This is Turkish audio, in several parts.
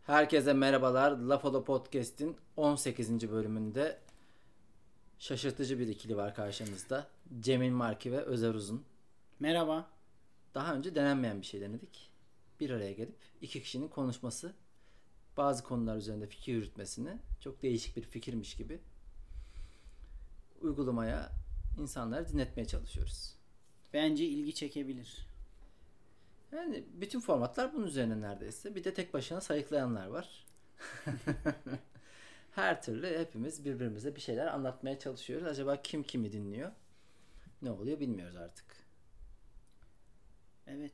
Herkese merhabalar. Lafalo Podcast'in 18. bölümünde şaşırtıcı bir ikili var karşımızda. Cemil Marki ve Özer Uzun. Merhaba. Daha önce denenmeyen bir şey denedik. Bir araya gelip iki kişinin konuşması, bazı konular üzerinde fikir yürütmesini, çok değişik bir fikirmiş gibi uygulamaya insanları dinletmeye çalışıyoruz. Bence ilgi çekebilir. Yani bütün formatlar bunun üzerine neredeyse. Bir de tek başına sayıklayanlar var. Her türlü hepimiz birbirimize bir şeyler anlatmaya çalışıyoruz. Acaba kim kimi dinliyor? Ne oluyor bilmiyoruz artık. Evet.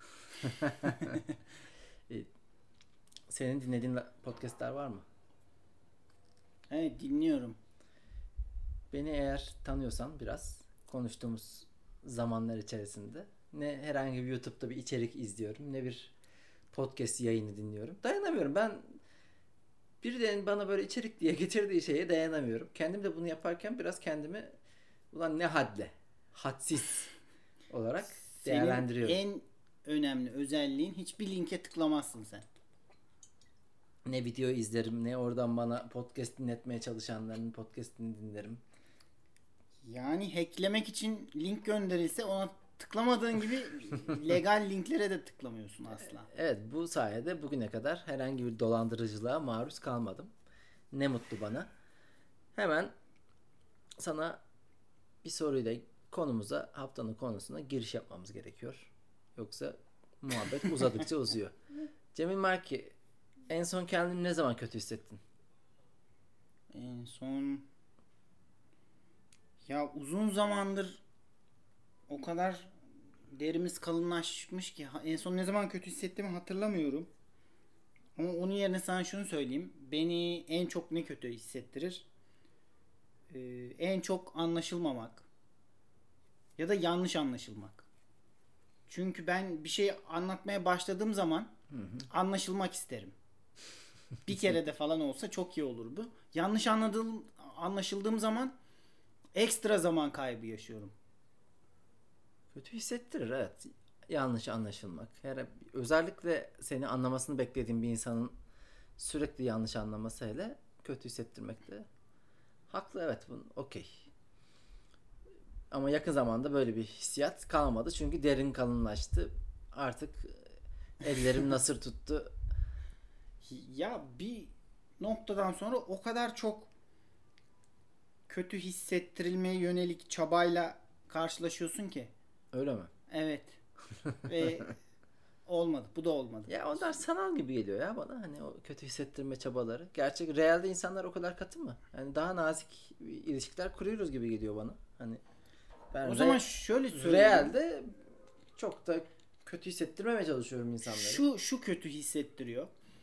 Senin dinlediğin podcastler var mı? Evet, dinliyorum. Beni eğer tanıyorsan biraz konuştuğumuz zamanlar içerisinde ne herhangi bir YouTube'da bir içerik izliyorum, ne bir podcast yayını dinliyorum. Dayanamıyorum. Ben birilerinin bana böyle içerik diye getirdiği şeye dayanamıyorum. Kendim de bunu yaparken biraz kendimi ulan ne hadle, hadsiz olarak değerlendiriyorum. Senin en önemli özelliğin hiçbir linke tıklamazsın sen. Ne video izlerim, ne oradan bana podcast dinletmeye çalışanların podcastini dinlerim. Yani hacklemek için link gönderilse ona tıklamadığın gibi legal linklere de tıklamıyorsun asla. Evet, bu sayede bugüne kadar herhangi bir dolandırıcılığa maruz kalmadım. Ne mutlu bana. Hemen sana bir soruyla konumuza, haftanın konusuna giriş yapmamız gerekiyor. Yoksa muhabbet uzadıkça uzuyor. Cemil Marki, en son kendini ne zaman kötü hissettin? En son uzun zamandır o kadar derimiz kalınlaşmış ki en son ne zaman kötü hissettiğimi hatırlamıyorum. Ama onun yerine sana şunu söyleyeyim. Beni en çok ne kötü hissettirir? En çok anlaşılmamak ya da yanlış anlaşılmak. Çünkü ben bir şey anlatmaya başladığım zaman anlaşılmak isterim. Bir kere de falan olsa çok iyi olur bu. Yanlış anlaşıldığım zaman ekstra zaman kaybı yaşıyorum. Kötü hissettirir, evet. Yanlış anlaşılmak. Özellikle seni anlamasını beklediğin bir insanın sürekli yanlış anlaması hele kötü hissettirmekte. Haklı, evet, bunun okey. Ama yakın zamanda böyle bir hissiyat kalmadı. Çünkü derin kalınlaştı. Artık ellerim nasır tuttu. Ya bir noktadan sonra o kadar çok kötü hissettirilmeye yönelik çabayla karşılaşıyorsun ki. Öyle mi? Evet. Ve olmadı. Bu da olmadı. Ya onlar sanal gibi geliyor ya bana. Hani o kötü hissettirme çabaları. Gerçek realde insanlar o kadar katı mı? Yani daha nazik ilişkiler kuruyoruz gibi geliyor bana. Hani ben o zaman şöyle söyleyeyim. realde çok da kötü hissettirmemeye çalışıyorum insanları. Şu kötü hissettiriyor.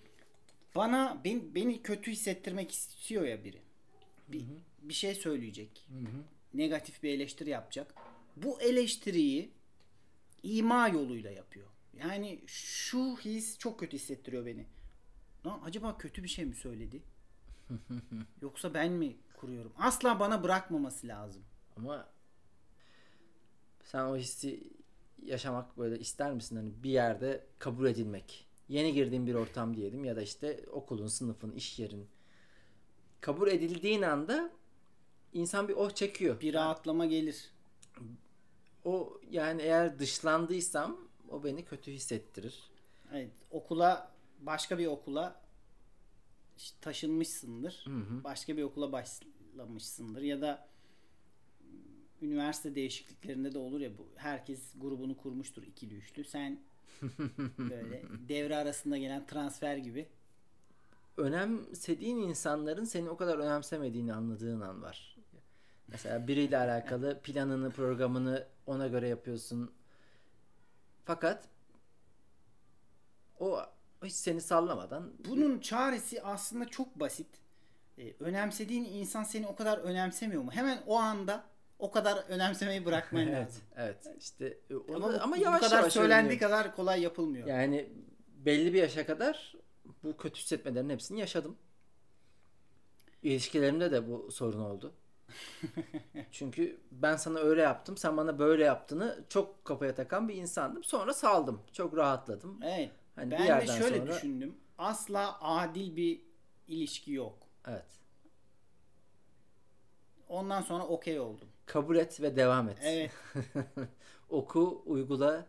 Beni kötü hissettirmek istiyor ya biri. Bir şey söyleyecek. Negatif bir eleştiri yapacak. Bu eleştiriyi ima yoluyla yapıyor. Yani şu his çok kötü hissettiriyor beni. Lan acaba kötü bir şey mi söyledi? Yoksa ben mi kuruyorum? Asla bana bırakmaması lazım. Ama sen o hissi yaşamak böyle ister misin? Hani bir yerde kabul edilmek. Yeni girdiğin bir ortam diyelim ya da işte okulun, sınıfın, iş yerin. Kabul edildiğin anda insan bir oh çekiyor. Bir rahatlama gelir. O yani eğer dışlandıysam o beni kötü hissettirir. Evet, başka bir okula taşınmışsındır. Başka bir okula başlamışsındır ya da üniversite değişikliklerinde de olur ya, bu herkes grubunu kurmuştur, ikili üçlü. Sen böyle devre arasında gelen transfer gibi. Önemsediğin insanların seni o kadar önemsemediğini anladığın an var. Mesela biriyle alakalı planını, programını ona göre yapıyorsun. Fakat o hiç seni sallamadan. Bunun çaresi aslında çok basit. Önemsediğin insan seni o kadar önemsemiyor mu? Hemen o anda o kadar önemsemeyi bırakman lazım. Evet. İşte ama yavaş bu kadar yavaş söylendiği öğreniyor. kadar kolay yapılmıyor. Yani belli bir yaşa kadar bu kötü hissetmelerin hepsini yaşadım. İlişkilerimde de bu sorun oldu. Çünkü ben sana öyle yaptım, sen bana böyle yaptığını çok kafaya takan bir insandım. Sonra saldım. Çok rahatladım. Evet. Hani Ben de şöyle düşündüm. asla adil bir ilişki yok. Evet. Ondan sonra okey oldum. Kabul et ve devam et. Evet. Oku, uygula,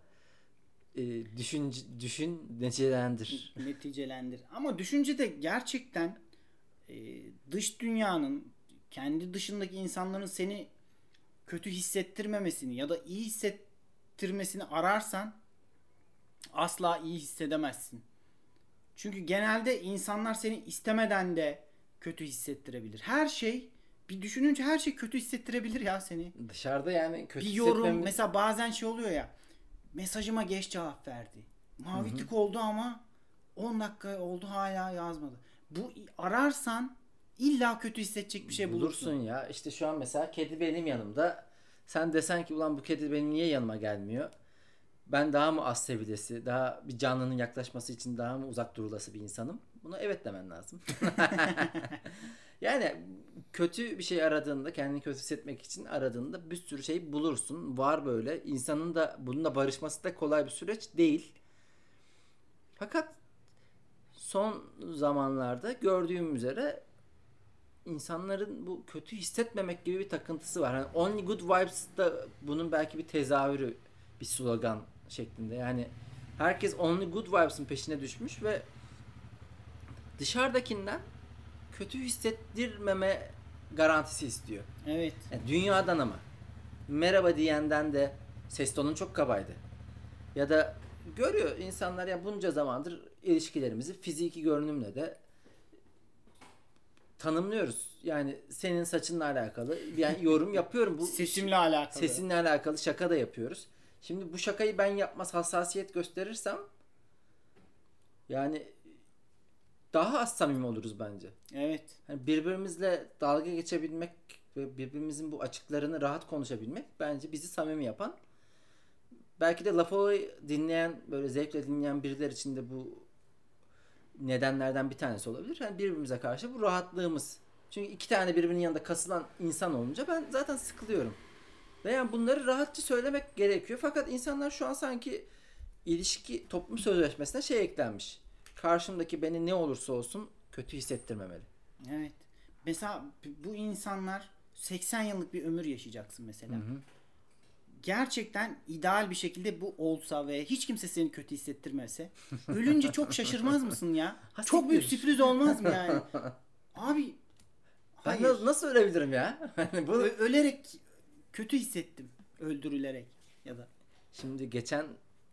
düşün, neticelendir. Neticelendir. Ama düşünce de gerçekten dış dünyanın, kendi dışındaki insanların seni kötü hissettirmemesini ya da iyi hissettirmesini ararsan asla iyi hissedemezsin. Çünkü genelde insanlar seni istemeden de kötü hissettirebilir. Her şey, bir düşününce her şey kötü hissettirebilir ya seni. Dışarıda yani kötü Bir yorum hissetmemiz... mesela bazen şey oluyor ya, mesajıma geç cevap verdi. Mavi tık oldu ama 10 dakika oldu hala yazmadı. Bu ararsan illa kötü hissedecek bir şey bulursun. ya. İşte şu an mesela kedi benim yanımda. Sen desen ki ulan bu kedi benim niye yanıma gelmiyor? Ben daha mı az sevilesi, daha bir canlının yaklaşması için daha mı uzak durulası bir insanım? Buna evet demen lazım. Yani kötü bir şey aradığında, kendini kötü hissetmek için aradığında bir sürü şey bulursun. Var böyle. İnsanın da bununla barışması da kolay bir süreç değil. Fakat son zamanlarda gördüğüm üzere insanların bu kötü hissetmemek gibi bir takıntısı var. Hani Only Good Vibes da bunun belki bir tezahürü, bir slogan şeklinde. Yani herkes Only Good Vibes'ın peşine düşmüş ve dışarıdakinden kötü hissettirmeme garantisi istiyor. Evet. Yani dünyadan ama. Merhaba diyenden de ses tonun çok kabaydı. Ya da görüyor insanlar ya bunca zamandır ilişkilerimizi fiziki görünümle de tanımlıyoruz. Yani senin saçınla alakalı yani yorum yapıyorum. Bu sesimle alakalı. Sesinle alakalı şaka da yapıyoruz. Şimdi bu şakayı ben yapmaz hassasiyet gösterirsem yani daha az samimi oluruz bence. Evet. Yani birbirimizle dalga geçebilmek ve birbirimizin bu açıklarını rahat konuşabilmek bence bizi samimi yapan. Belki de lafı dinleyen, böyle zevkle dinleyen birileri için de bu nedenlerden bir tanesi olabilir. Yani birbirimize karşı bu rahatlığımız. Çünkü iki tane birbirinin yanında kasılan insan olunca ben zaten sıkılıyorum. Ve yani bunları rahatça söylemek gerekiyor. Fakat insanlar şu an sanki ilişki toplum sözleşmesine şey eklenmiş. Karşımdaki beni ne olursa olsun kötü hissettirmemeli. Evet. Mesela bu insanlar 80 yıllık bir ömür yaşayacaksın mesela. Hı hı. Gerçekten ideal bir şekilde bu olsa ve hiç kimse seni kötü hissettirmese ölünce çok şaşırmaz mısın ya? Çok büyük sürpriz olmaz mı yani? Abi Ben hayır. nasıl ölebilirim ya? Bunu... Ölerek kötü hissettim. Öldürülerek ya da. Şimdi geçen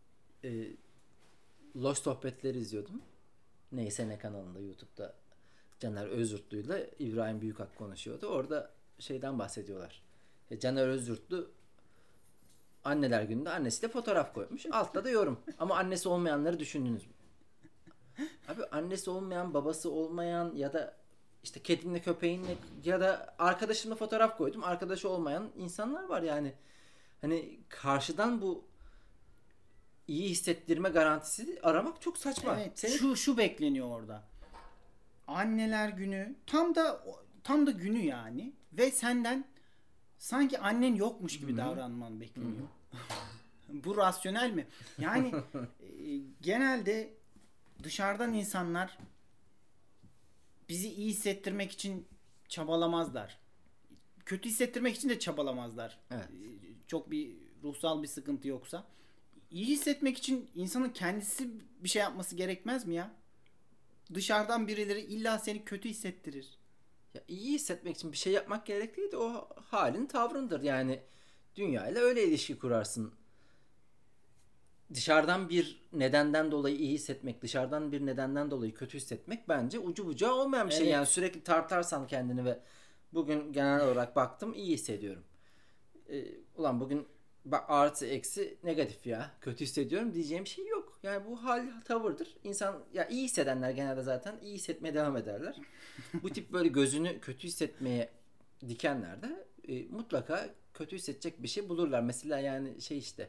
Loş Sohbetleri izliyordum. Neyse ne kanalında YouTube'da Caner Özyurtlu'yla İbrahim Büyükak konuşuyordu. Orada şeyden bahsediyorlar. Caner Özyurtlu Anneler Günü'nde annesiyle fotoğraf koymuş. Altta da yorum. Ama annesi olmayanları düşündünüz mü? Abi annesi olmayan, babası olmayan ya da işte kedimle köpeğinle ya da arkadaşımla fotoğraf koydum. Arkadaşı olmayan insanlar var yani. Hani karşıdan bu iyi hissettirme garantisi aramak çok saçma. Evet. Şu bekleniyor orada. Anneler Günü tam da günü yani ve senden sanki annen yokmuş gibi davranman bekleniyor. Bu rasyonel mi? Yani genelde dışarıdan insanlar bizi iyi hissettirmek için çabalamazlar. Kötü hissettirmek için de çabalamazlar. Evet. Çok bir ruhsal bir sıkıntı yoksa. İyi hissetmek için insanın kendisi bir şey yapması gerekmez mi ya? Dışarıdan birileri illa seni kötü hissettirir. Ya iyi hissetmek için bir şey yapmak gerek değil de o halin tavrındır. Yani dünyayla öyle ilişki kurarsın. Dışarıdan bir nedenden dolayı iyi hissetmek, dışarıdan bir nedenden dolayı kötü hissetmek bence ucu bucağı olmayan bir şey. Evet. Yani sürekli tartarsan kendini ve bugün genel olarak baktım iyi hissediyorum. Ulan bugün artı eksi negatif ya kötü hissediyorum diyeceğim şey yok. Yani bu hal tavırdır. İnsan ya iyi hissedenler genelde zaten iyi hissetmeye devam ederler. Bu tip böyle gözünü kötü hissetmeye dikenler de mutlaka kötü hissedecek bir şey bulurlar. Mesela yani şey işte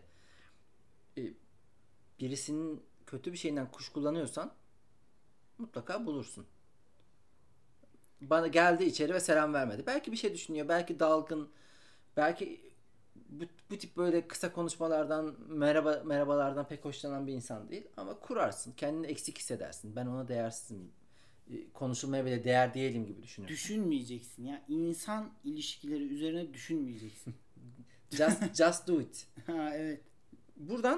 birisinin kötü bir şeyinden kuşkulanıyorsan mutlaka bulursun. Bana geldi içeri ve selam vermedi. Belki bir şey düşünüyor. Belki dalgın. Belki bu tip böyle kısa konuşmalardan, merhabalardan pek hoşlanan bir insan değil. Ama kurarsın. Kendini eksik hissedersin. Ben ona değersizim. Konuşulmaya bile değer değilim gibi düşünürsün. Düşünmeyeceksin ya. İnsan ilişkileri üzerine düşünmeyeceksin. Just do it. Ha evet. Buradan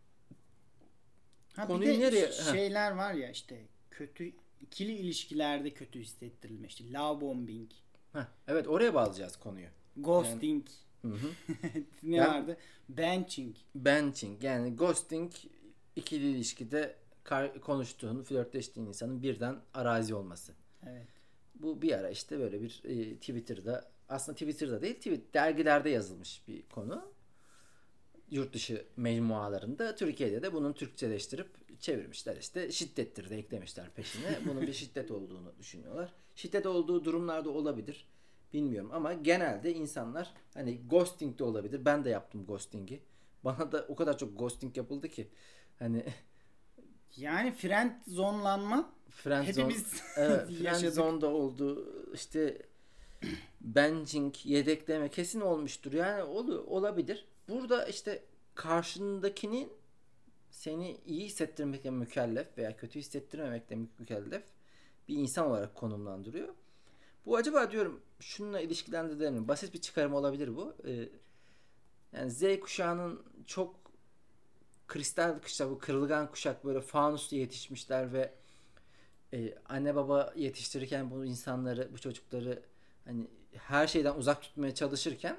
konuyu bir de nereye? Şeyler var ya işte kötü ikili ilişkilerde kötü hissettirilme. İşte love bombing. Evet, oraya bağlayacağız konuyu. Ghosting. Yani, ne vardı? Benching. Benching yani ghosting, ikili ilişkide konuştuğun, flörtleştiğin insanın birden arazi olması. Evet. Bu bir ara işte böyle bir Twitter'da, aslında Twitter'da değil, dergilerde yazılmış bir konu. Yurt dışı mecmualarında, Türkiye'de de bunun Türkçeleştirip çevirmişler, işte şiddettir de eklemişler peşine. Bunun bir şiddet olduğunu düşünüyorlar. Şiddet olduğu durumlarda olabilir. Bilmiyorum ama genelde insanlar hani ghosting de olabilir. Ben de yaptım ghosting'i. Bana da o kadar çok ghosting yapıldı ki hani yani friend zone'lanma hepimiz evet, friend zone'da oldu. İşte benching, yedekleme kesin olmuştur. Yani olabilir. Burada işte karşındakinin seni iyi hissettirmekle mükellef veya kötü hissettirmemekle mükellef bir insan olarak konumlandırıyor. Bu acaba diyorum şununla ilişkilendirilir mi? Basit bir çıkarım olabilir bu. Yani Z kuşağının çok kristal kuşak, bu kırılgan kuşak, böyle fanuslu yetişmişler ve anne baba yetiştirirken bu insanları, bu çocukları hani her şeyden uzak tutmaya çalışırken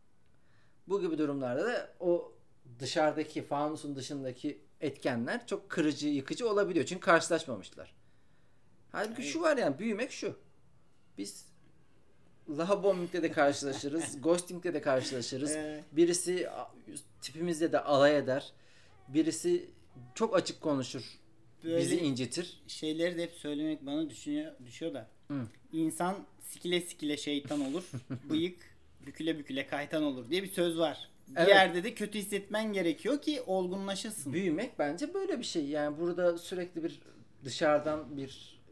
bu gibi durumlarda da o dışarıdaki, fanusun dışındaki etkenler çok kırıcı, yıkıcı olabiliyor. Çünkü karşılaşmamışlar. Halbuki şu var yani, büyümek şu. Biz love bombing'de de karşılaşırız, ghosting'de de karşılaşırız. Birisi tipimizle de alay eder. Birisi çok açık konuşur. Böyle bizi incitir. Şeyleri de hep söylemek bana düşüyor da. İnsan sikile sikile şeytan olur. Bıyık büküle büküle kaytan olur diye bir söz var. Bir yerde de kötü hissetmen gerekiyor ki olgunlaşasın. Büyümek bence böyle bir şey. Yani burada sürekli bir dışarıdan bir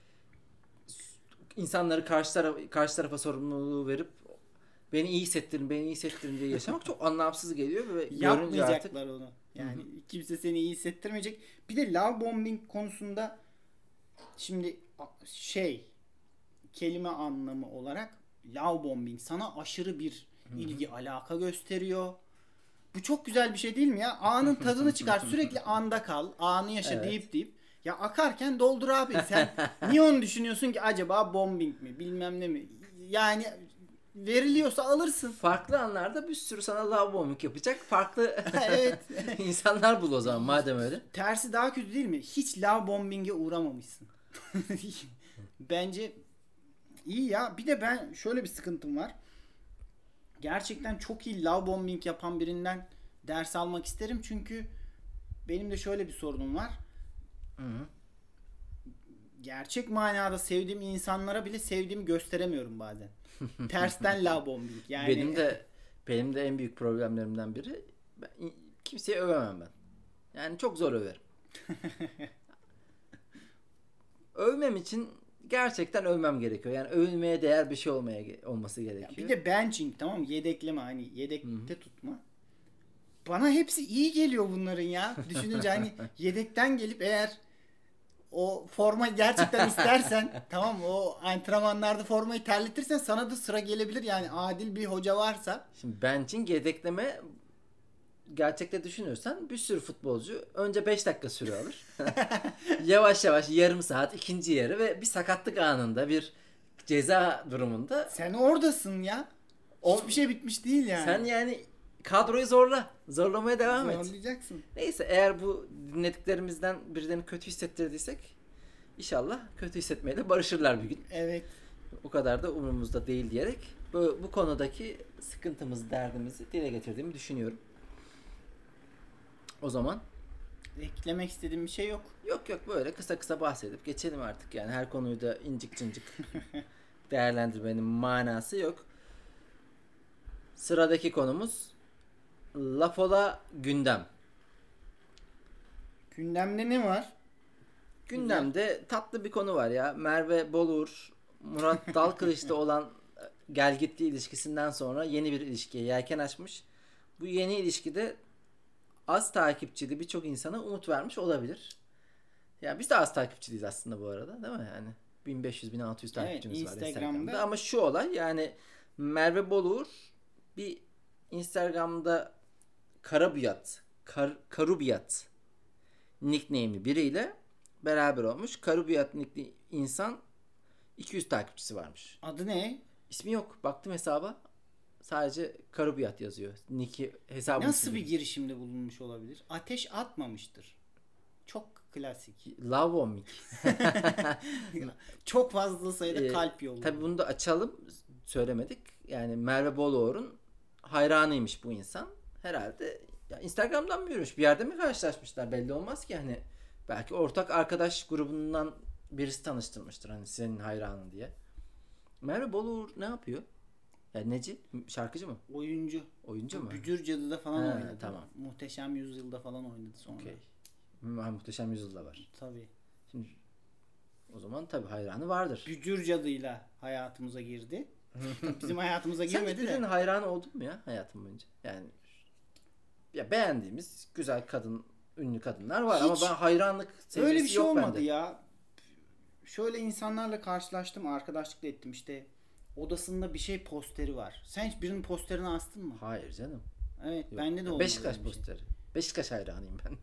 insanları karşı tarafa sorumluluğu verip beni iyi hissettirin diye yaşamak çok anlamsız geliyor ve yapmayacaklar artık onu. Yani kimse seni iyi hissettirmeyecek. Bir de love bombing konusunda şimdi kelime anlamı olarak love bombing sana aşırı bir ilgi alaka gösteriyor. Bu çok güzel bir şey değil mi ya? Anın tadını çıkar. Sürekli anda kal. Anı yaşa deyip. Ya akarken doldur abi. Sen niye onu düşünüyorsun ki, acaba bombing mi? Bilmem ne mi? Yani veriliyorsa alırsın. Farklı anlarda bir sürü sana love bombing yapacak farklı insanlar bul o zaman madem öyle. Tersi daha kötü değil mi? Hiç love bombing'e uğramamışsın. Bence iyi ya. Bir de ben şöyle bir sıkıntım var. Gerçekten çok iyi love bombing yapan birinden ders almak isterim. Çünkü benim de şöyle bir sorunum var. Gerçek manada sevdiğim insanlara bile sevdiğimi gösteremiyorum bazen. Tersten love bombing. Yani benim de en büyük problemlerimden biri, kimseyi övemem ben. Yani çok zor överim. Övmem için gerçekten övmem gerekiyor. Yani övülmeye değer bir şey olması gerekiyor. Ya bir de benching, tamam mı? Yedekleme, hani yedekte tutma. Bana hepsi iyi geliyor bunların ya. Düşününce hani yedekten gelip eğer o forma gerçekten istersen tamam mı? O antrenmanlarda formayı terletirsen sana da sıra gelebilir yani, adil bir hoca varsa. Şimdi benching, yedekleme gerçekte düşünürsen bir sürü futbolcu önce 5 dakika süre alır. Yavaş yavaş yarım saat, ikinci yarı ve bir sakatlık anında, bir ceza durumunda. Sen oradasın ya. Hiçbir şey bitmiş değil yani. Sen yani kadroyu zorla. Zorlamaya devam et. Zorlayacaksın. Neyse, eğer bu dinlediklerimizden birilerini kötü hissettirdiysek inşallah kötü hissetmeyle barışırlar bir gün. Evet. O kadar da umurumuzda değil diyerek bu konudaki sıkıntımızı, derdimizi dile getirdiğimi düşünüyorum. O zaman eklemek istediğim bir şey yok. Yok böyle kısa kısa bahsedip geçelim artık. Yani her konuyu da incik cincik değerlendirmenin manası yok. Sıradaki konumuz laf ola gündem. Gündemde ne var? Gündemde tatlı bir konu var ya. Merve Boluğur, Murat Dalkılıç'ta olan gelgitli ilişkisinden sonra yeni bir ilişkiye yelken açmış. bu yeni ilişkide az takipçili birçok insana umut vermiş olabilir. Ya biz de az takipçiliyiz aslında bu arada, değil mi yani? 1500-1600 takipçimiz var Instagram'da. Ama şu olay, yani Merve Boluğur bir Instagram'da Karubiyat nickname'li biriyle beraber olmuş. Karubiyat nickli insan 200 takipçisi varmış. Adı ne? İsmi yok. Baktım hesaba. Sadece Karubiyat yazıyor. Nick'i, hesabı. Nasıl bir girişimde bulunmuş olabilir? Ateş atmamıştır. Çok klasik. Lavomik. Çok fazla sayıda kalp yolladı. Tabii bunu da açalım. Söylemedik. Yani Merve Boluğur'un hayranıymış bu insan. Herhalde ya Instagram'dan mı yürümüş? Bir yerde mi karşılaşmışlar? Belli olmaz ki hani. Belki ortak arkadaş grubundan birisi tanıştırmıştır. Hani senin hayranın diye. Merve Boluğur ne yapıyor? Yani neci? Şarkıcı mı? Oyuncu. Oyuncu mu? Bücür Cadı'da falan oynadı. Tamam. Muhteşem Yüzyıl'da falan oynadı sonra. Okay. Muhteşem Yüzyıl'da var. Tabii. Şimdi o zaman tabii hayranı vardır. Bücür Cadı'yla hayatımıza girdi. Bizim hayatımıza girmedi de. Sen birinin hayranı oldun mu ya hayatın boyunca? Yani ya beğendiğimiz güzel kadın, ünlü kadınlar var. Hiç, ama ben hayranlık seviyesi yok bende. Öyle bir şey olmadı bende. Ya. Şöyle insanlarla karşılaştım, arkadaşlık da ettim. İşte odasında bir şey posteri var. Sen hiç birinin posterini astın mı? Hayır canım. Evet, yok. Bende de olmadı. Beşiktaş posteri. Şey. Beşiktaş hayranıyım ben.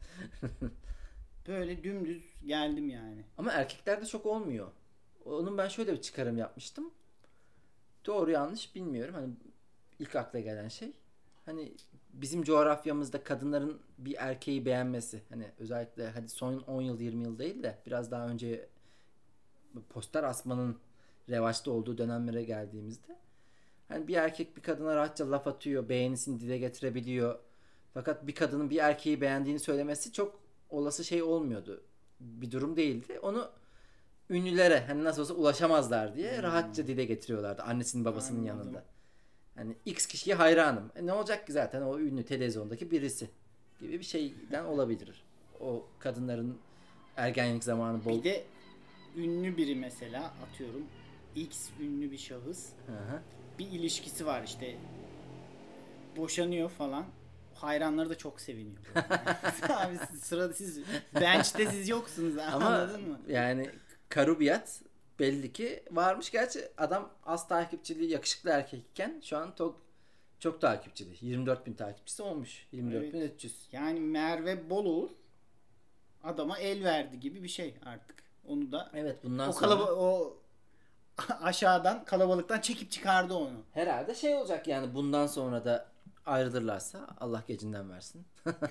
Böyle dümdüz geldim yani. Ama erkeklerde çok olmuyor. Onun ben şöyle bir çıkarım yapmıştım. Doğru yanlış bilmiyorum. Hani ilk akla gelen şey. Hani bizim coğrafyamızda kadınların bir erkeği beğenmesi. Hani özellikle hadi son 10 yıl 20 yıl değil de biraz daha önce poster asmanın revaçta olduğu dönemlere geldiğimizde hani bir erkek bir kadına rahatça laf atıyor, beğenisini dile getirebiliyor. Fakat bir kadının bir erkeği beğendiğini söylemesi çok olası şey olmuyordu. Bir durum değildi. Onu ünlülere hani nasıl olsa ulaşamazlar diye rahatça dile getiriyorlardı annesinin babasının yanında. Hani X kişiye hayranım. Ne olacak ki zaten o ünlü televizyondaki birisi gibi bir şeyden olabilir. O kadınların ergenlik zamanı bol. Bir de ünlü biri mesela atıyorum X ünlü bir şahıs. Hı-hı. Bir ilişkisi var işte. Boşanıyor falan. Hayranları da çok seviniyor. Abi sırada siz bench'te siz yoksunuz. Ama anladın mı? Yani Karubiyat belli ki varmış. Gerçi adam az takipçili yakışıklı erkekken şu an çok takipçili. 24.000 takipçisi olmuş. 24.300. Evet. Yani Merve Boluğur adama el verdi gibi bir şey artık. Onu da evet, bundan sonra o aşağıdan kalabalıktan çekip çıkardı onu. Herhalde şey olacak yani bundan sonra da ayrılırlarsa Allah gecinden versin.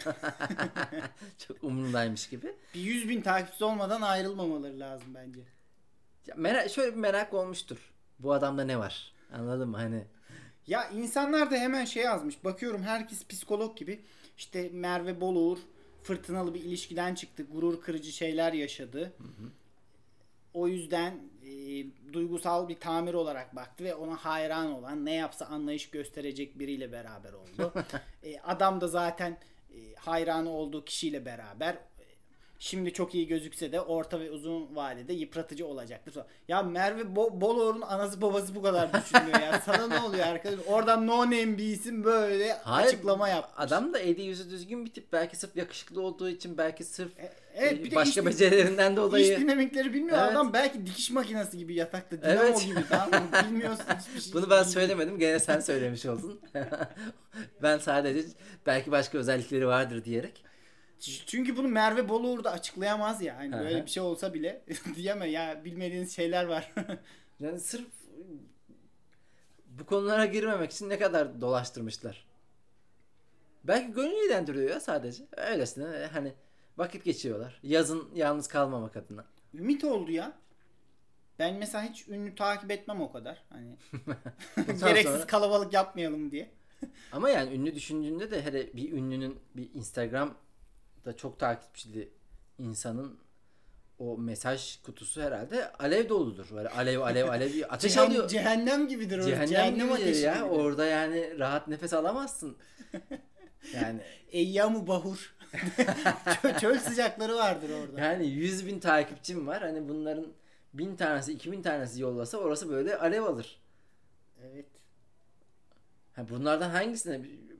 Çok umurundaymış gibi. Bir 100.000 takipçisi olmadan ayrılmamaları lazım bence. Ya şöyle bir merak olmuştur. Bu adamda ne var? Anladın mı hani? Ya insanlar da hemen şey yazmış. Bakıyorum herkes psikolog gibi. İşte Merve Boluğur fırtınalı bir ilişkiden çıktı. Gurur kırıcı şeyler yaşadı. Hı. O yüzden duygusal bir tamir olarak baktı ve ona hayran olan, ne yapsa anlayış gösterecek biriyle beraber oldu. Adam da zaten hayranı olduğu kişiyle beraber. Şimdi çok iyi gözükse de orta ve uzun vadede yıpratıcı olacaktır. Ya Merve Boluğur'un anası babası bu kadar düşünüyor ya. Sana ne oluyor arkadaş? Oradan no name bir isim böyle açıklama yapmış. Adam da eli yüzü düzgün bir tip. Belki sırf yakışıklı olduğu için, belki sırf evet, başka becerilerinden dolayı. İş dinamikleri bilmiyor evet. Adam belki dikiş makinesi gibi yatakta dinamo evet. gibi tamam mı? Bilmiyorsun hiçbir şey. Bunu ben söylemedim. Gene sen söylemiş oldun. Ben sadece belki başka özellikleri vardır diyerek. Çünkü bunu Merve Boluğur da açıklayamaz ya. Hani böyle bir şey olsa bile diyeme ya bilmediğiniz şeyler var. Yani sırf bu konulara girmemek için ne kadar dolaştırmışlar. Belki gönül eğlendiriyor ya sadece. Öylesine hani vakit geçiriyorlar. Yazın yalnız kalmamak adına. Ümit oldu ya. Ben mesela hiç ünlü takip etmem o kadar. Hani gereksiz sonra kalabalık yapmayalım diye. Ama yani ünlü düşündüğünde de hele bir ünlünün bir Instagram'da çok takipçili insanın o mesaj kutusu herhalde alev doludur. Böyle alev ateş alıyor. Cehennem gibidir orası. Cehennem ateşi ya. Gibidir. Orada yani rahat nefes alamazsın. Yani Eyyamu bahur. Çöl sıcakları vardır orada. Yani 100.000 takipçim var. Hani bunların 1000 tanesi 2000 tanesi yollasa orası böyle alev alır. Evet. Bunlardan hangisine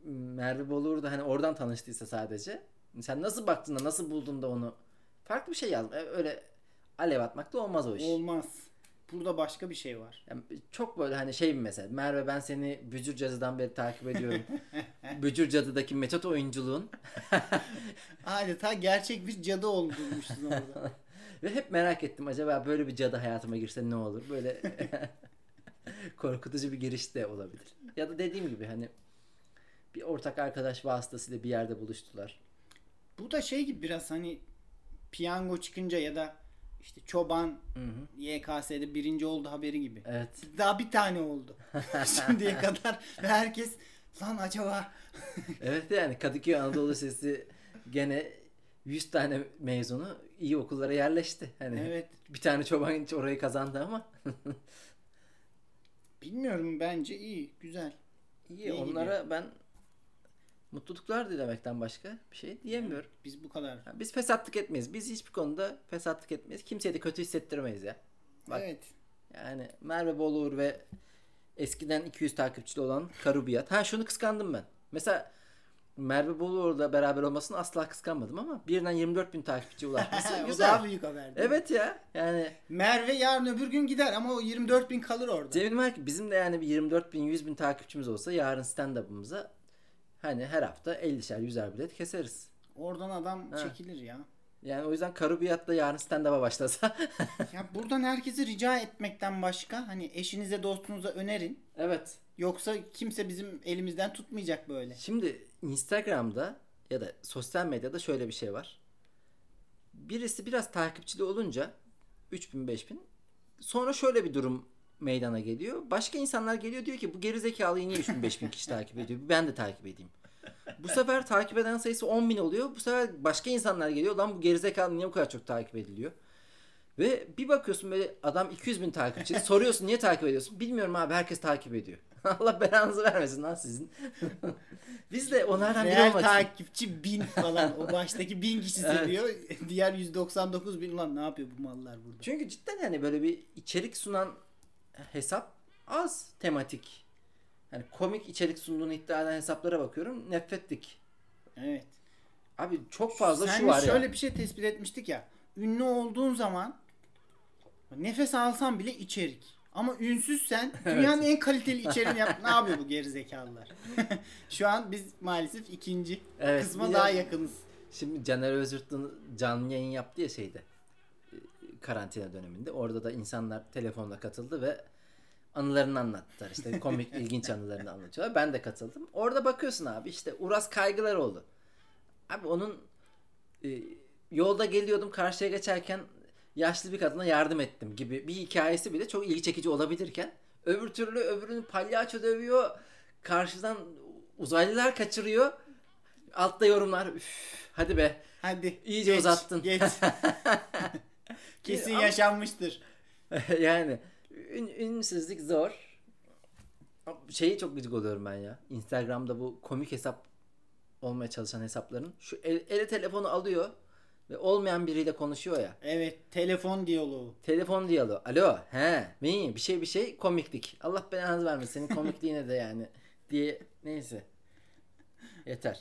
Merve Boluğur da hani oradan tanıştıysa sadece. Sen nasıl baktın da nasıl buldun da onu? Farklı bir şey yazdım. Öyle alev atmak da olmaz o iş. Olmaz. Burada başka bir şey var. Yani çok böyle hani şey mi mesela, Merve ben seni Bücür Cadı'dan beri takip ediyorum. Bücür Cadı'daki metot oyunculuğun. Adeta gerçek bir cadı olmuşsun orada. Ve hep merak ettim, acaba böyle bir cadı hayatıma girse ne olur? Böyle korkutucu bir giriş de olabilir. Ya da dediğim gibi hani bir ortak arkadaş vasıtasıyla bir yerde buluştular. Bu da şey gibi biraz hani piyango çıkınca ya da işte çoban YKS'de birinci oldu haberi gibi. Evet. Daha bir tane oldu. Şimdiye kadar ve herkes lan acaba. Evet, yani Kadıköy Anadolu Lisesi gene 100 tane mezunu iyi okullara yerleşti. Hani Evet. bir tane çoban orayı kazandı ama. Bilmiyorum, bence iyi, güzel. İyi, onlara ben mutluluklar dilemekten başka bir şey diyemiyorum. Biz bu kadar. Yani biz fesatlık etmeyiz. Biz hiçbir konuda fesatlık etmeyiz. Kimseye de kötü hissettirmeyiz ya. Bak, Evet. yani Merve Boluğur ve eskiden 200 takipçili olan Karubiyat. Ha, şunu kıskandım ben. Mesela Merve Boluğur'la beraber olmasını asla kıskanmadım ama birden 24.000 takipçiye ulaşması O güzel. daha büyük haber. Evet ya. Yani Merve yarın öbür gün gider ama o 24.000 kalır orada. Cemil Merk, bizim de yani bir 24.000 100.000 takipçimiz olsa yarın stand-up'ımıza hani her hafta 50'şer 100'er bilet keseriz. Oradan adam çekilir ya. Yani o yüzden Karubiyat'la yarın stand-up'a başlasa. Ya buradan herkese rica etmekten başka hani eşinize dostunuza önerin. Evet. Yoksa kimse bizim elimizden tutmayacak böyle. Şimdi Instagram'da ya da sosyal medyada şöyle bir şey var. Birisi biraz takipçili olunca 3000 5000, sonra şöyle bir durum meydana geliyor. Başka insanlar geliyor, diyor ki bu gerizekalıyı niye 3000 5000 kişi takip ediyor? Ben de takip edeyim. Bu sefer takip eden sayısı 10.000 oluyor. Bu sefer başka insanlar geliyor. Lan bu gerizekalı niye bu kadar çok takip ediliyor? Ve bir bakıyorsun böyle adam 200.000 takipçi. Soruyorsun niye takip ediyorsun? Bilmiyorum abi, herkes takip ediyor. Allah belanızı vermesin lan sizin. Biz de onlardan biri Real olmak takipçi 1000 falan. O baştaki 1000 kişi seviyor. Diğer 199.000 lan ne yapıyor bu mallar burada? Çünkü cidden hani böyle bir içerik sunan hesap az, tematik. Yani komik içerik sunduğunu iddia eden hesaplara bakıyorum. Nefretlik. Evet. Abi çok fazla Sen şu var ya. şöyle bir şey tespit etmiştik ya. Ünlü olduğun zaman nefes alsan bile içerik. Ama ünsüzsen dünyanın en kaliteli içeriğini yap. Ne yapıyor bu gerizekalılar? Şu an biz maalesef ikinci kısma daha yakınız. Şimdi Caner Özürt'ün canlı yayın yaptı ya şeyde. Karantina döneminde. Orada da insanlar telefonla katıldı ve anılarını anlattılar. İşte komik, ilginç anılarını anlatıyorlar. Ben de katıldım. Orada bakıyorsun abi, işte Uras Kaygılaroğlu. Abi onun yolda geliyordum, karşıya geçerken yaşlı bir kadına yardım ettim gibi bir hikayesi bile çok ilgi çekici olabilirken, öbür türlü öbürünü palyaço dövüyor, karşıdan uzaylılar kaçırıyor, altta yorumlar hadi be, hadi iyice geç, uzattın. Geç. Kesin yaşanmıştır. Yani ünsüzlük zor. Şeyi çok gıcık oluyorum ben ya. Instagram'da bu komik hesap olmaya çalışan hesapların şu ele telefonu alıyor ve olmayan biriyle konuşuyor ya. Evet, telefon diyaloğu. Telefon diyaloğu. Alo, he, mi? Bir şey komiklik. Allah belanızı vermesin. Senin komikliğine de yani diye, neyse. Yeter.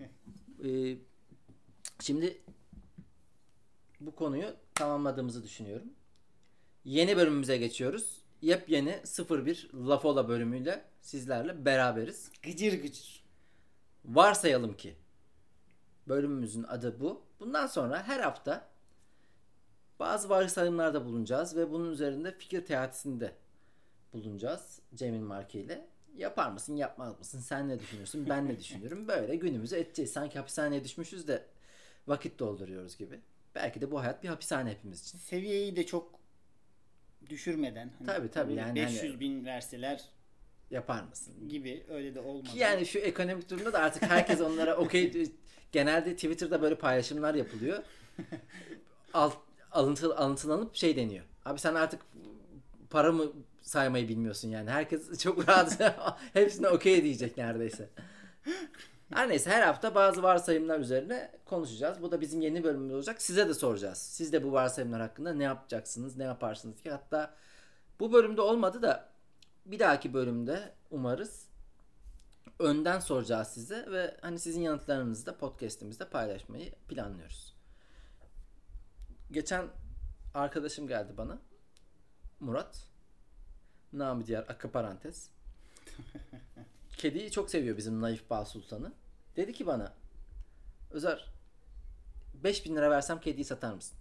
Şimdi bu konuyu tamamladığımızı düşünüyorum. Yeni bölümümüze geçiyoruz. Yepyeni 01 Lafola bölümüyle sizlerle beraberiz. Gıcır gıcır. Varsayalım ki bölümümüzün adı bu. Bundan sonra her hafta bazı varsayımlarda bulunacağız ve bunun üzerinde fikir teatisinde bulunacağız Cemil Marki ile. Yapar mısın, yapmaz mısın? Sen ne düşünüyorsun? Ben ne düşünüyorum? Böyle günümüzü edeceğiz. Sanki hapishaneye düşmüşüz de vakit dolduruyoruz gibi. Belki de bu hayat bir hapishane hepimiz için. Seviyeyi de çok düşürmeden. Hani Tabii yani 500 bin verseler yapar mısın gibi, öyle de olmadı. Ki yani şu ekonomik durumda da artık herkes onlara okey. Genelde Twitter'da böyle paylaşımlar yapılıyor. Alıntılanıp şey deniyor. Abi sen artık para mı saymayı bilmiyorsun yani. Herkes çok rahat hepsine okey diyecek neredeyse. Her neyse, her hafta bazı varsayımlar üzerine konuşacağız. Bu da bizim yeni bölümümüz olacak. Size de soracağız. Siz de bu varsayımlar hakkında ne yapacaksınız, ne yaparsınız ki? Hatta bu bölümde olmadı da bir dahaki bölümde umarız önden soracağız size ve hani sizin yanıtlarınızı da podcast'imizde paylaşmayı planlıyoruz. Geçen arkadaşım geldi bana. Murat. Namı diğer Akı Parantez. Kediyi çok seviyor bizim Naif Bağ Sultan'ı. Dedi ki bana, Özer 5.000 lira versem kediyi satar mısın?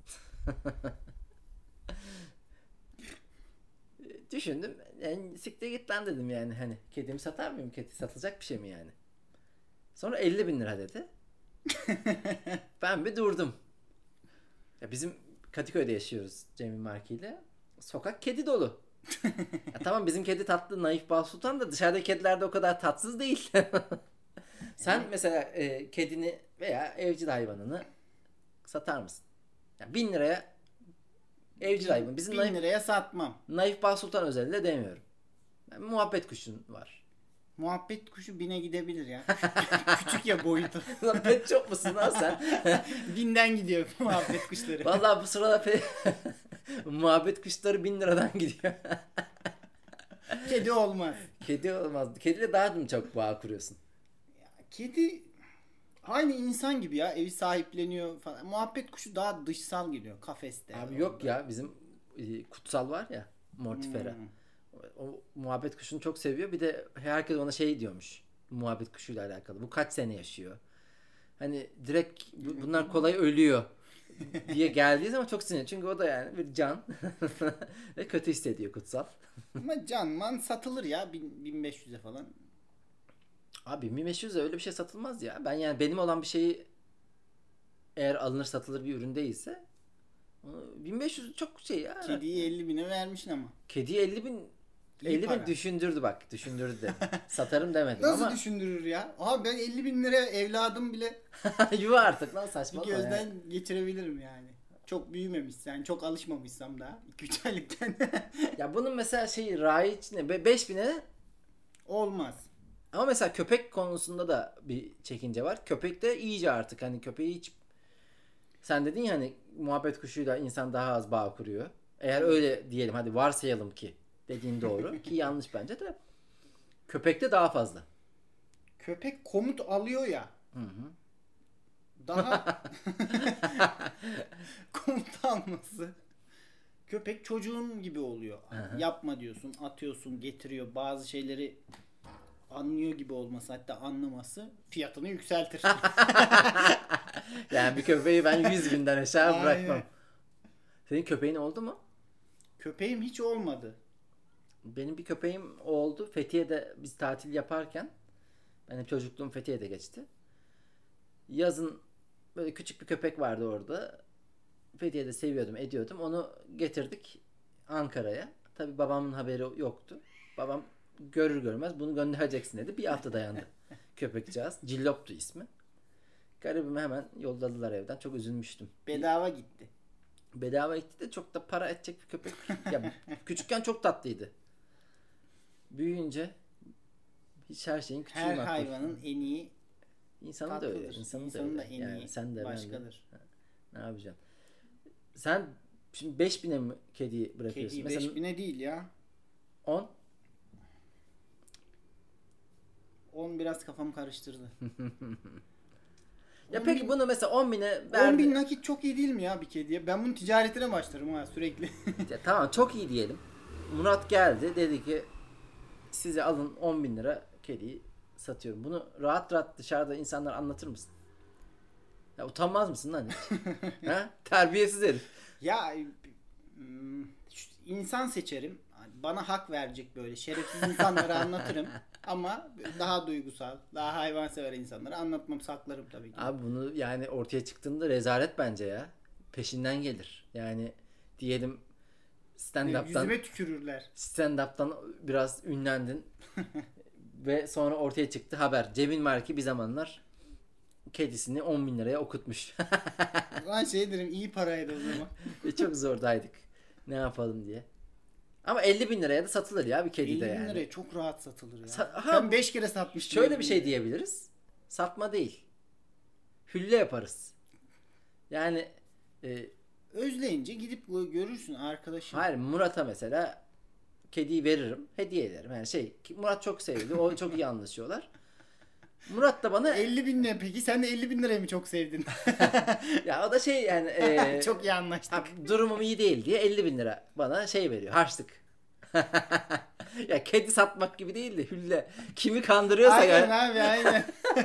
Düşündüm. Yani siktir git lan dedim yani. Hani kedimi satar mıyım? Kedi satılacak bir şey mi yani? Sonra 50.000 lira dedi. Ben bir durdum. Ya bizim Kadıköy'de yaşıyoruz Cemil Marki ile. Sokak kedi dolu. Ya tamam bizim kedi tatlı, Naif Bal Sultan da dışarıdaki kediler de o kadar tatsız değil. Sen mesela kedini veya evcil hayvanını satar mısın? Ya 1000 liraya evcil hayvan. Bizim 1000 liraya satmam. Naif Bal Sultan özelliğinde demiyorum. Yani muhabbet kuşun var. Muhabbet kuşu 1000'e gidebilir ya. Küçük ya boyutu. Lan pet shop musun lan sen? 1000'den gidiyor muhabbet kuşları. Vallahi bu sırada muhabbet kuşları 1000 liradan gidiyor. Kedi olmaz. Kedi olmaz. Kediyle daha mı çok bağ kuruyorsun? Ya, kedi aynı insan gibi ya. Evi sahipleniyor falan. Muhabbet kuşu daha dışsal geliyor. Kafeste. Abi yok ya bizim kutsal var ya Mortifera. Hmm. O muhabbet kuşunu çok seviyor. Bir de herkes ona şey diyormuş. Muhabbet kuşuyla alakalı. Bu kaç sene yaşıyor? Hani direkt bunlar kolay ölüyor diye geldiği zaman çok sinirli. Çünkü o da yani bir can ve kötü hissediyor kutsal. Ama canman satılır ya 1500'e falan. Abi 1500'e öyle bir şey satılmaz ya. Ben yani benim olan bir şeyi eğer alınır satılır bir ürün değilse 1500 çok şey ya. Kediyi 50.000'e vermişsin ama. Kediye 50.000 50.000 düşündürdü bak. Düşündürdü de. Satarım demedim Nasıl ama. düşündürür ya? Abi ben 50.000 liraya evladım bile Yuva artık lan bir saçmalama gözden yani. geçirebilirim yani. Çok büyümemişsen, çok alışmamışsam daha 2-3 aylıkken Ya bunun mesela raiç ne? 5.000'e olmaz. ama mesela köpek konusunda da bir çekince var. Köpek de iyice artık hani köpeği hiç sen dedin ya hani muhabbet kuşuyla insan daha az bağ kuruyor. Eğer öyle diyelim hadi varsayalım ki dediğin doğru ki yanlış bence de köpekte daha fazla. Köpek komut alıyor ya. Hı hı. Daha komut alması. Köpek çocuğun gibi oluyor. Hı. Yapma diyorsun, atıyorsun, getiriyor. Bazı şeyleri anlıyor gibi olması, hatta anlaması fiyatını yükseltir. Yani bir köpeği ben 100.000'den aşağı Aynen. bırakmam. Senin köpeğin oldu mu? Köpeğim hiç olmadı. Benim bir köpeğim oldu. Fethiye'de biz tatil yaparken benim çocukluğum Fethiye'de geçti. Yazın böyle küçük bir köpek vardı orada. Fethiye'de seviyordum, ediyordum. Onu getirdik Ankara'ya. Tabii babamın haberi yoktu. Babam görür görmez bunu göndereceksin dedi. Bir hafta dayandı köpekcağız. Cillop'tu ismi. Garibimi hemen yolladılar evden. Çok üzülmüştüm. Bedava gitti. Bedava gitti de çok da para edecek bir köpek. Ya küçükken çok tatlıydı. Büyüyünce hiç her şeyin küçüğü Her makbul. hayvanın en iyi İnsanın da öyle. tatlıdır. İnsanın da İnsanın da öyle. en Yani iyi sen de ben de. başkadır. Ne yapacaksın? Sen şimdi 5.000'e mi kediyi bırakıyorsun? Kedi Mesela 5000'e değil ya. 10. 10 biraz kafamı karıştırdı. Ya 10 peki bin- bunu mesela 10.000'e 10 verdi. bin nakit çok iyi değil mi ya bir kediye? Ben bunun ticaretine başlarım ha sürekli. Ya tamam çok iyi diyelim. Murat geldi dedi ki size alın 10.000 lira kediyi satıyorum. Bunu rahat rahat dışarıda insanlara anlatır mısın? Ya utanmaz mısın lan hiç? Ha? Terbiyesiz herif. Ya insan seçerim. Bana hak verecek böyle şerefsiz insanlara anlatırım. Ama daha duygusal, daha hayvansever insanlara anlatmam, saklarım tabii ki. Abi bunu yani ortaya çıktığında rezalet bence ya. Peşinden gelir. Yani diyelim Yüzüme tükürürler. stand-up'tan biraz ünlendin. Ve sonra ortaya çıktı haber. Cemil Marki bir zamanlar kedisini 10.000 liraya okutmuş. O zaman şey derim, iyi paraydı o zaman. Ve çok zordaydık. Ne yapalım diye. Ama 50.000 liraya da satılır ya bir kedi 50 de bin yani. liraya çok rahat satılır ya. Ha, Ben 5 kere satmıştım. şöyle 50 bir bin şey liraya. diyebiliriz. Satma değil. Hülle yaparız. Yani Özleyince gidip görürsün arkadaşın. hayır Murat'a mesela kediyi veririm. Hediye ederim. Yani Murat çok sevdi. O çok iyi anlaşıyorlar. Murat da bana 50 bin lira, peki sen de 50 bin lirayı mı çok sevdin? ya o da şey yani Çok iyi anlaştık. durumum iyi değil diye 50 bin lira bana şey veriyor, harçlık. Ya kedi satmak gibi değil de hülle. Kimi kandırıyorsa Aynen yani abi, aynen.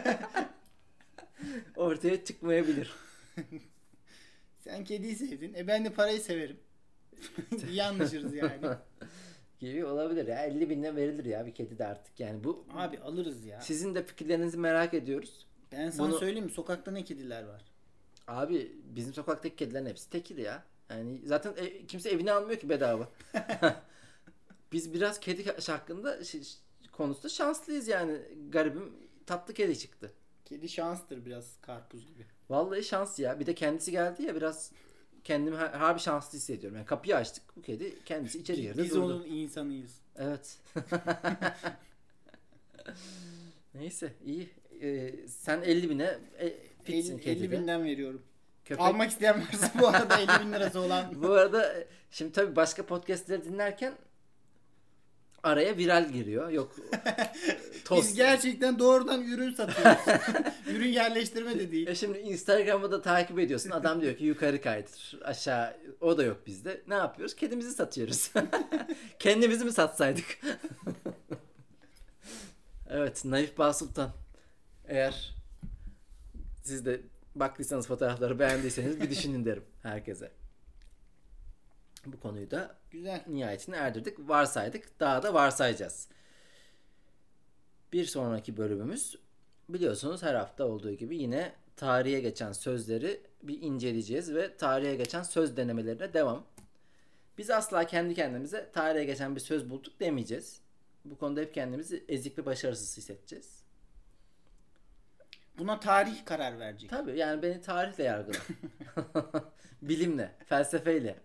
ortaya çıkmayabilir. Sen kediyi sevdin. Ben de parayı severim. İyi anlaşırız yani. Gibi olabilir ya. 50 bin lira verilir ya bir kedi de artık. Yani bu Abi alırız ya. sizin de fikirlerinizi merak ediyoruz. Ben sana Bunu- söyleyeyim mi? Sokakta ne kediler var. Abi bizim sokaktaki kedilerin hepsi tekil ya. Yani zaten kimse evine almıyor ki bedava. Biz biraz kedi hakkında konusunda şanslıyız yani. Garibim tatlı kedi çıktı. Kedi şanstır biraz, karpuz gibi. Vallahi şans ya. Bir de kendisi geldi ya, biraz kendimi harbi şanslı hissediyorum. Yani kapıyı açtık, bu kedi kendisi içeri girdi Biz durdu. onun insanıyız. Evet. Neyse iyi. Sen 50 bine fitsin 50 kedide. binden veriyorum. Köpek... Almak isteyen varsa bu arada 50 bin lirası olan. Bu arada şimdi tabii başka podcastleri dinlerken araya viral giriyor. Yok tost. Biz gerçekten doğrudan ürün satıyoruz. Ürün yerleştirme de değil. Şimdi Instagram'da da takip ediyorsun. Adam diyor ki yukarı kaydır, aşağı. O da yok bizde. Ne yapıyoruz? Kedimizi satıyoruz. Kendimizi mi satsaydık? Evet, Naif Bağsultan. Eğer siz de baktıysanız, fotoğrafları beğendiyseniz bir düşünün derim herkese. Bu konuyu da Güzel. nihayetine erdirdik. Varsaydık. Daha da varsayacağız. Bir sonraki bölümümüz, biliyorsunuz her hafta olduğu gibi yine tarihe geçen sözleri bir inceleyeceğiz ve tarihe geçen söz denemelerine devam. Biz asla kendi kendimize tarihe geçen bir söz bulduk demeyeceğiz. Bu konuda hep kendimizi ezik ve başarısız hissedeceğiz. Buna tarih karar verecek. Tabii yani beni tarihle yargıla. Bilimle, felsefeyle.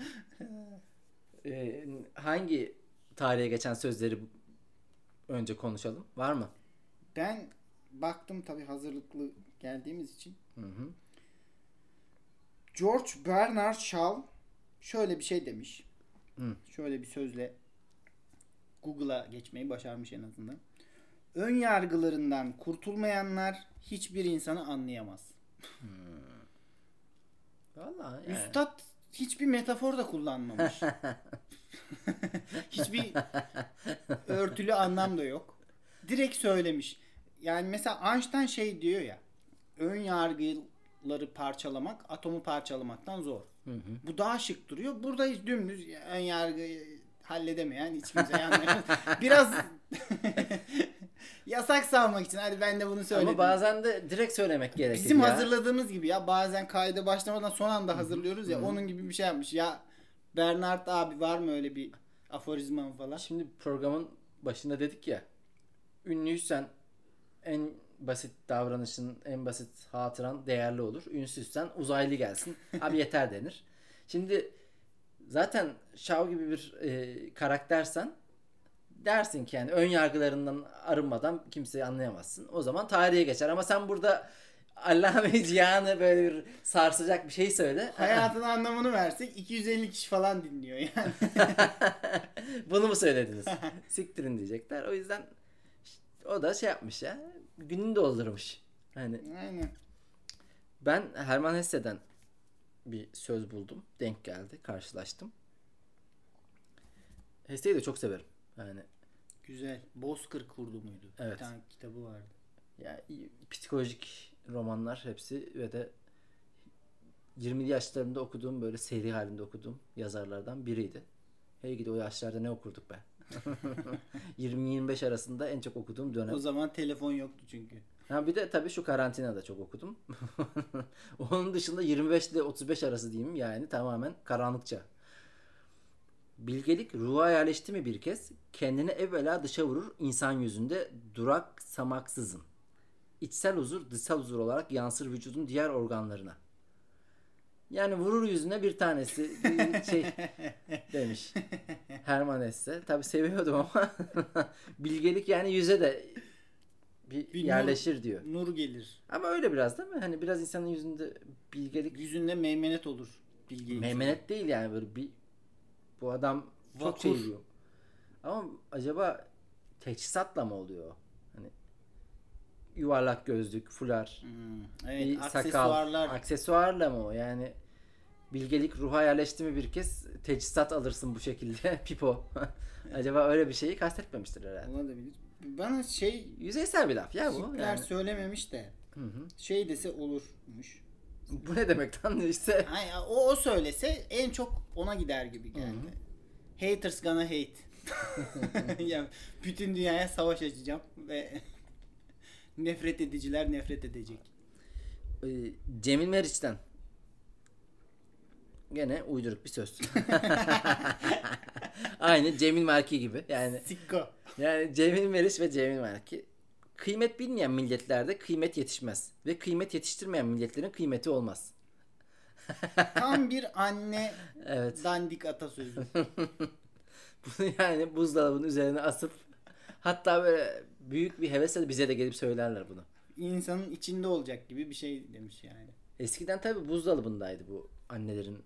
Hangi tarihe geçen sözleri önce konuşalım? Var mı? Ben baktım tabii hazırlıklı geldiğimiz için. Hı hı. George Bernard Shaw şöyle bir şey demiş. Hı. Şöyle bir sözle Google'a geçmeyi başarmış en azından. Ön yargılarından kurtulmayanlar hiçbir insanı anlayamaz. Vallahi yani. Üstad hiçbir metafor da kullanmamış. Hiçbir örtülü anlam da yok. Direkt söylemiş. Yani mesela Einstein şey diyor ya. Ön yargıları parçalamak atomu parçalamaktan zor. Hı hı. Bu daha şık duruyor. Burada hiç dümdüz ön yargıyı halledemeyen hiç kimse anlamıyor. Biraz yasak salmak için hadi ben de bunu söyledim. Ama bazen de direkt söylemek gerekir Bizim ya. hazırladığımız gibi ya, bazen kayda başlamadan son anda hazırlıyoruz ya, onun gibi bir şey yapmış. Ya Bernard abi var mı öyle bir aforizman falan? Şimdi programın başında dedik ya, ünlüysen en basit davranışın, en basit hatıran değerli olur. Ünsüzsen uzaylı gelsin. Abi yeter denir. Şimdi zaten Shaw gibi bir karaktersen dersin ki yani ön yargılarından arınmadan kimseyi anlayamazsın. O zaman tarihe geçer. Ama sen burada Allame Cihan'ı böyle bir sarsacak bir şey söyle. Hayatın anlamını versek 250 kişi falan dinliyor yani. Bunu mu söylediniz? Siktirin diyecekler. O yüzden o da şey yapmış ya. Gününü doldurmuş. Hani Aynen. ben Hermann Hesse'den bir söz buldum. Denk geldi. Karşılaştım. Hesse'yi de çok severim. Yani Güzel. Bozkır Kurdu muydu? Evet. Bir tane kitabı vardı. ya psikolojik romanlar hepsi ve de 20'li yaşlarımda okuduğum, böyle seri halinde okuduğum yazarlardan biriydi. Hey gidi o yaşlarda ne okurduk be. 20-25 arasında en çok okuduğum dönem. O zaman telefon yoktu çünkü. Ha bir de tabii şu karantinada çok okudum. Onun dışında 25 ile 35 arası diyeyim, yani tamamen karanlıkça. Bilgelik ruha yerleşti mi bir kez, kendini evvela dışa vurur, insan yüzünde duraksamaksızın. İçsel huzur dışsal huzur olarak yansır vücudun diğer organlarına. Yani vurur yüzüne bir tanesi şey demiş Hermann Hesse. Tabii seviyordum ama bilgelik yani yüze de bir yerleşir diyor. Nur gelir. Ama öyle biraz değil mi? Hani biraz insanın yüzünde bilgelik, Yüzünde meymenet olur. Bilgi. meymenet değil yani, böyle bir bu adam çok Vakur. şey biliyor. Ama acaba teçhizatla mı oluyor? Hani yuvarlak gözlük, fular, Evet, bir aksesuarlar. sakal. Aksesuarla mı o? Yani bilgelik ruha yerleşti mi bir kez teçhizat alırsın bu şekilde. Pipo. Acaba öyle bir şeyi kastetmemiştir herhalde. Olabilir. Bana Yüzeysel bir laf ya bu. Hitler Yani. söylememiş de şey dese olurmuş. Bu ne demek lan işte. Ay, o söylese en çok ona gider gibi geldi. Haters gonna hate. Yani bütün dünyaya savaş açacağım ve nefret ediciler nefret edecek. Cemil Meriç'ten. Gene uyduruk bir söz. Aynı Cemil Marki gibi. Sikko. Yani Cemil Meriç ve Cemil Marki. Kıymet bilmeyen milletlerde kıymet yetişmez. Ve kıymet yetiştirmeyen milletlerin kıymeti olmaz. Tam bir anne Evet. dandik atasözü. Bunu yani buzdolabının üzerine asıp hatta böyle büyük bir hevesle bize de gelip söylerler bunu. İnsanın içinde olacak gibi bir şey demiş yani. Eskiden tabii buzdolabındaydı bu annelerin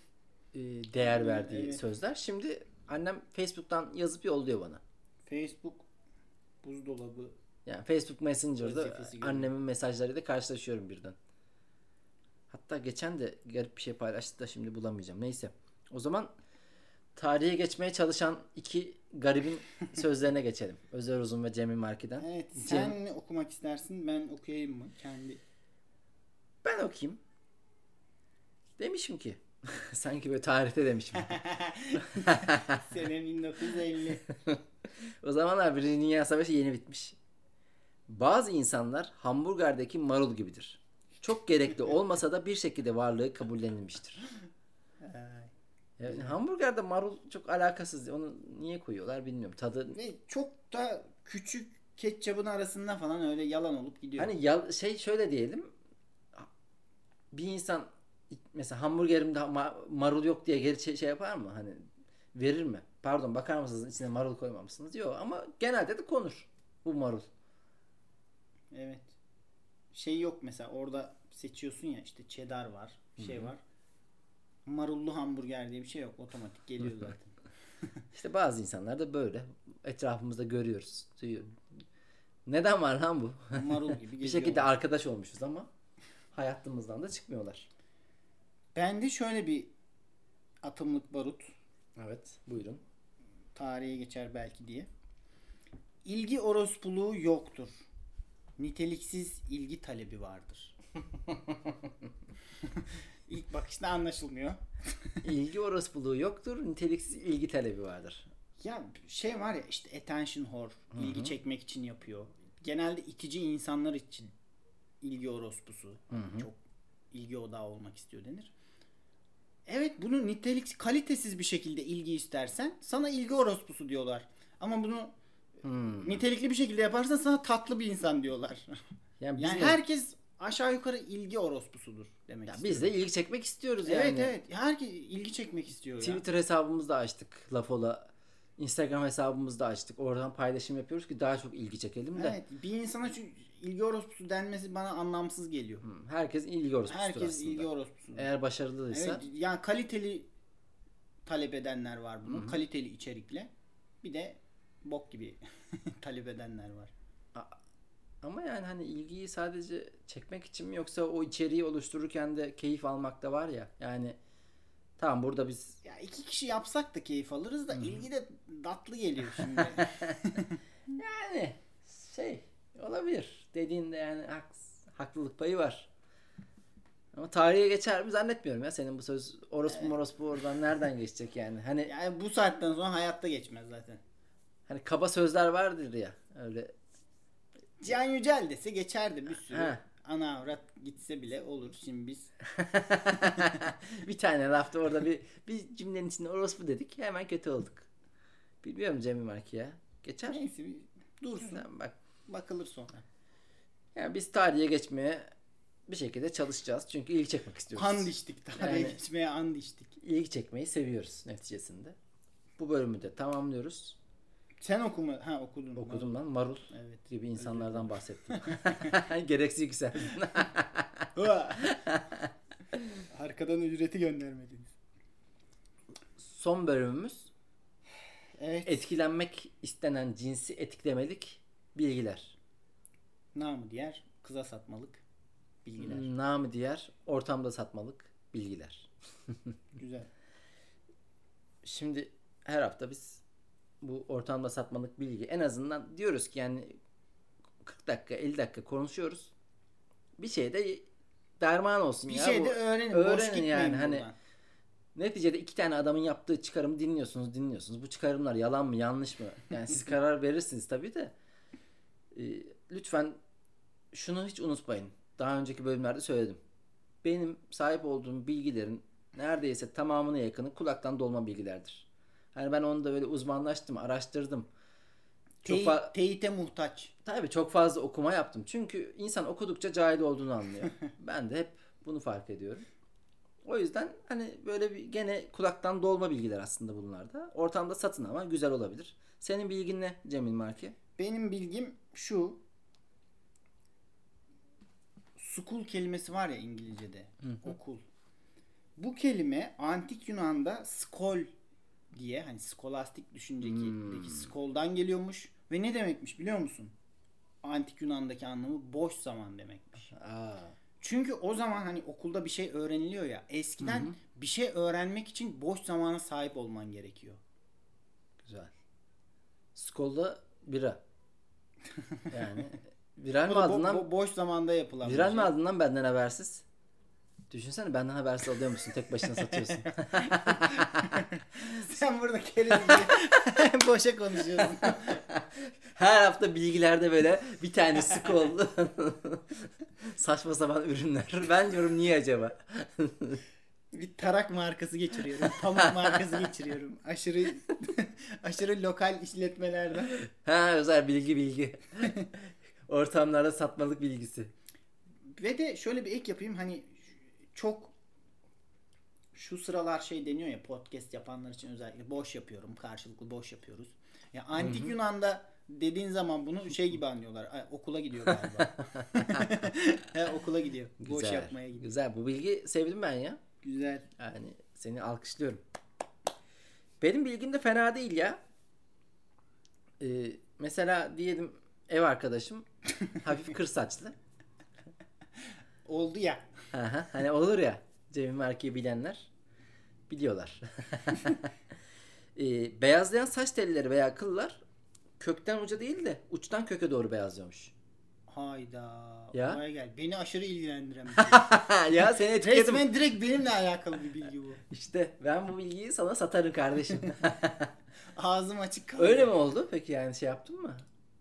değer verdiği Evet. sözler. Şimdi annem Facebook'tan yazıp yolluyor bana. Facebook buzdolabı. Yani Facebook Messenger'da Vazifesi görüyor. annemin mesajlarıyla karşılaşıyorum birden. Hatta geçen de garip bir şey paylaştı da şimdi bulamayacağım. Neyse. O zaman tarihe geçmeye çalışan iki garibin sözlerine geçelim. Özer Uzun ve Cemil Marki'den. Evet, sen ne okumak istersin? Ben okuyayım mı? Kendi. Ben okuyayım. Demişim ki. Sanki böyle tarihte demişim. Sene 1950. O zamanlar Birinci Dünya Savaşı yeni bitmiş. Bazı insanlar hamburgerdeki marul gibidir. Çok gerekli olmasa da bir şekilde varlığı kabullenilmiştir. Yani hamburgerde marul çok alakasız. Onu niye koyuyorlar bilmiyorum. Tadı Ve çok da küçük ketçabın arasında falan öyle yalan olup gidiyor. hani şöyle diyelim. Bir insan mesela hamburgerimde marul yok diye geri şey yapar mı? Hani verir mi? Pardon bakar mısınız içine marul koymamışsınız? Yok ama genelde de konur bu marul. Evet. Şey yok mesela orada seçiyorsun ya işte cheddar var, şey var. Marullu hamburger diye bir şey yok. Otomatik geliyor zaten. İşte bazı insanlar da böyle. Etrafımızda görüyoruz. Neden var lan bu? Marul gibi Bir geziyor. şekilde arkadaş olmuşuz ama hayatımızdan da çıkmıyorlar. Bende şöyle bir atımlık barut. Evet, buyurun. Tarihe geçer belki diye. İlgi orospuluğu yoktur. Niteliksiz ilgi talebi vardır. İlk bakışta anlaşılmıyor. İlgi orospuluğu yoktur, niteliksiz ilgi talebi vardır. Ya şey var ya işte attention whore, ilgi çekmek için yapıyor. Genelde itici insanlar için ilgi orospusu. Çok ilgi odağı olmak istiyor denir. Evet bunu kalitesiz bir şekilde ilgi istersen sana ilgi orospusu diyorlar. Ama bunu nitelikli bir şekilde yaparsan sana tatlı bir insan diyorlar. Yani herkes aşağı yukarı ilgi orospusudur demek istiyorum. Biz de ilgi çekmek istiyoruz evet, yani. Evet herkes ilgi çekmek istiyor. Twitter hesabımızı da açtık Lafola. Instagram hesabımızı da açtık. Oradan paylaşım yapıyoruz ki daha çok ilgi çekelim de. Evet bir insana şu ilgi orospusu denmesi bana anlamsız geliyor. Herkes ilgi orospusudur aslında. Herkes ilgi orospusu. Eğer başarılıysa. Evet yani kaliteli talep edenler var bunu. Kaliteli içerikle. Bir de bok gibi talep edenler var. Ama yani hani ilgiyi sadece çekmek için mi yoksa o içeriği oluştururken de keyif almak da var ya. Yani tamam burada biz ya iki kişi yapsak da keyif alırız da ilgi de tatlı geliyor şimdi. yani olabilir. Dediğinde yani haklılık payı var. Ama tarihe geçer mi zannetmiyorum ya. Senin bu söz orospu oradan nereden geçecek yani? Hani yani bu saatten sonra hayatta geçmez zaten. Hani kaba sözler vardır ya. Öyle Cihan Yücel dese geçerdi bir sürü. Ana avrat gitse bile olur şimdi biz. bir tane lafta orada bir cümlenin içinde orospu dedik. Hemen kötü olduk. Bilmiyorum Cemil Marki ya. Geçer. Neyse dursun. Bak. Bakılır sonra. Yani biz tarihe geçmeye bir şekilde çalışacağız. Çünkü ilgi çekmek istiyoruz. And içtik. Tarihe geçmeye and içtik. İlgi çekmeyi seviyoruz neticesinde. Bu bölümü de tamamlıyoruz. Sen okudun. Okudum lan. Marul evet. gibi insanlardan bahsettim. Gereksiz yükseldin. Arkadan ücreti göndermediniz. Son bölümümüz evet. etkilenmek istenen cinsi etiklemelik bilgiler. Namı diğer kıza satmalık bilgiler. Namı diğer ortamda satmalık bilgiler. Güzel. Şimdi her hafta biz bu ortamda satmalık bilgi en azından diyoruz ki yani 40 dakika 50 dakika konuşuyoruz. Bir şey de derman olsun Bir ya. şey Bu, de öğrenin. Boş öğrenin gitmeyin yani hani buradan. neticede iki tane adamın yaptığı çıkarımı dinliyorsunuz. Bu çıkarımlar yalan mı yanlış mı? Yani siz karar verirsiniz tabii de. Lütfen şunu hiç unutmayın. Daha önceki bölümlerde söyledim. Benim sahip olduğum bilgilerin neredeyse tamamına yakını kulaktan dolma bilgilerdir. Hani ben onu da böyle uzmanlaştım, araştırdım. Teyite muhtaç. Tabii çok fazla okuma yaptım. Çünkü insan okudukça cahil olduğunu anlıyor. Ben de hep bunu fark ediyorum. O yüzden hani böyle bir gene kulaktan dolma bilgiler aslında bunlar da. Ortamda satın ama güzel olabilir. Senin bilgin ne Cemil Marki? Benim bilgim şu. School kelimesi var ya İngilizce'de. Okul. Bu kelime antik Yunan'da skol diye hani skolastik düşüncedeki skoldan geliyormuş. Ve ne demekmiş biliyor musun? Antik Yunan'daki anlamı boş zaman demekmiş. Çünkü o zaman hani okulda bir şey öğreniliyor ya. Eskiden bir şey öğrenmek için boş zamana sahip olman gerekiyor. Güzel. Skolda bira. Yani viral mi O da aldın boş zamanda yapılan bir viral şey. mi aldın lan benden habersiz? Düşünsene benden habersiz alıyor musun? Tek başına satıyorsun. Sen burada keriz gibi boşa konuşuyorsun. Her hafta bilgilerde böyle bir tane skol. Saçma sapan ürünler. Ben diyorum niye acaba? Bir tarak markası geçiriyorum. Pamuk markası geçiriyorum. Aşırı lokal işletmelerden. Özel bilgi. Ortamlarda satmalık bilgisi. Ve de şöyle bir ek yapayım. Hani çok şu sıralar şey deniyor ya podcast yapanlar için özellikle boş yapıyorum. Karşılıklı boş yapıyoruz. Ya antik Yunan'da dediğin zaman bunu şey gibi anlıyorlar. Ay, okula gidiyor galiba. Okula gidiyor. Güzel, Boş yapmaya gidiyor. güzel. Bu bilgi sevdim ben ya. Güzel. Yani seni alkışlıyorum. Benim bilgim de fena değil ya. Mesela diyelim ev arkadaşım hafif kır saçlı. Oldu ya. Hani olur ya. Cemil Marki'yi bilenler biliyorlar. Beyazlayan saç telleri veya kıllar kökten uca değil de uçtan köke doğru beyazlıyormuş. Hayda. Ya. Oraya gel. Beni aşırı ilgilendiren bir şey. Ya seni etkiledim. Resmen direkt benimle alakalı bir bilgi bu. İşte ben bu bilgiyi sana satarım kardeşim. Ağzım açık kaldı. Öyle mi oldu? Peki yani şey yaptın mı?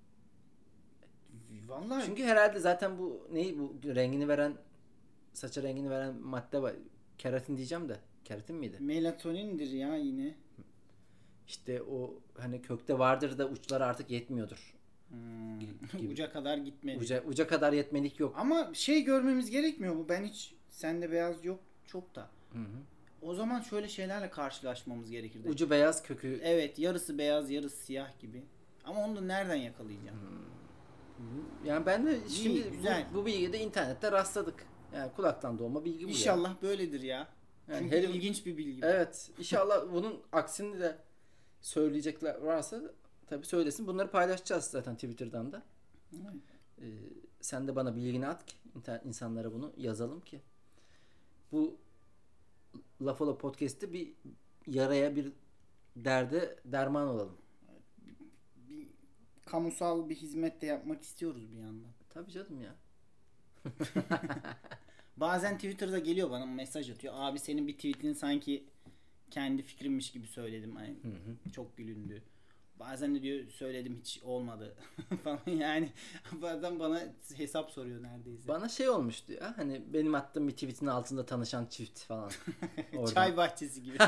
Vallahi. Çünkü herhalde zaten bu rengini veren saça rengini veren madde var. Keratin diyeceğim de. Keratin miydi? Melatonindir ya yine. İşte o hani kökte vardır da uçları artık yetmiyordur. Gibi. Uca kadar gitmedi. Uca kadar yetmelik yok. Ama şey görmemiz gerekmiyor mu? Ben hiç sende beyaz yok çok da. O zaman şöyle şeylerle karşılaşmamız gerekirdi. Ucu beyaz kökü. Evet, yarısı beyaz yarısı siyah gibi. Ama onu da nereden yakalayacağım? Yani ben de şimdi güzel. bu bilgiye de internette rastladık. Yani kulaktan dolma bilgi bu. İnşallah böyledir ya. Yani Çünkü ilginç bir bilgi. Evet. İnşallah bunun aksini de söyleyecekler varsa tabii söylesin. Bunları paylaşacağız zaten Twitter'dan da. Sen de bana bilgini at ki insanlara bunu yazalım ki. Bu Lafola Podcast'te bir yaraya bir derde derman olalım. Bir kamusal bir hizmet de yapmak istiyoruz bir yandan. Tabii canım ya. Bazen Twitter'da geliyor bana mesaj atıyor. Abi senin bir tweetini sanki kendi fikrimmiş gibi söyledim. Hani çok gülündü. Bazen de diyor söyledim hiç olmadı falan yani bazen bana hesap soruyor neredeyse. Bana şey olmuştu ya hani benim attığım bir tweetin altında tanışan çift falan. Çay bahçesi gibi.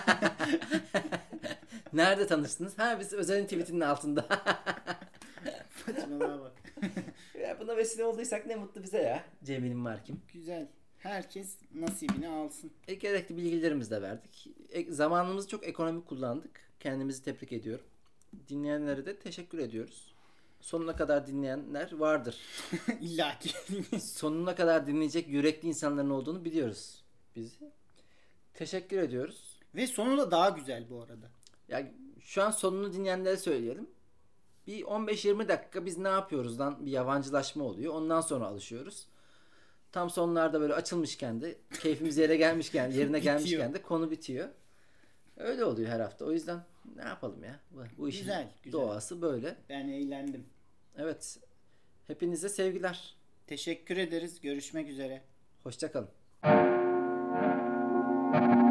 Nerede tanıştınız? Biz Özel'in tweetinin altında. Saçmalığa bak. Ya buna vesile olduysak ne mutlu bize ya. Cemil'in Markim. Güzel. Herkes nasibini alsın. Gerekli bilgilerimizi de verdik. Zamanımızı çok ekonomik kullandık. Kendimizi tebrik ediyorum. Dinleyenlere de teşekkür ediyoruz. Sonuna kadar dinleyenler vardır. İlla ki. Sonuna kadar dinleyecek yürekli insanların olduğunu biliyoruz biz. Teşekkür ediyoruz. Ve sonu da daha güzel bu arada. Ya şu an sonunu dinleyenlere söyleyelim. Bir 15-20 dakika biz ne yapıyoruzdan bir yabancılaşma oluyor. Ondan sonra alışıyoruz. Tam sonlarda böyle açılmışken de keyfimiz yerine Bitiyor. gelmişken de konu bitiyor. Öyle oluyor her hafta. O yüzden ne yapalım ya? Bu işin Güzel. doğası böyle. Ben eğlendim. Evet. Hepinize sevgiler. Teşekkür ederiz. Görüşmek üzere. Hoşça kalın.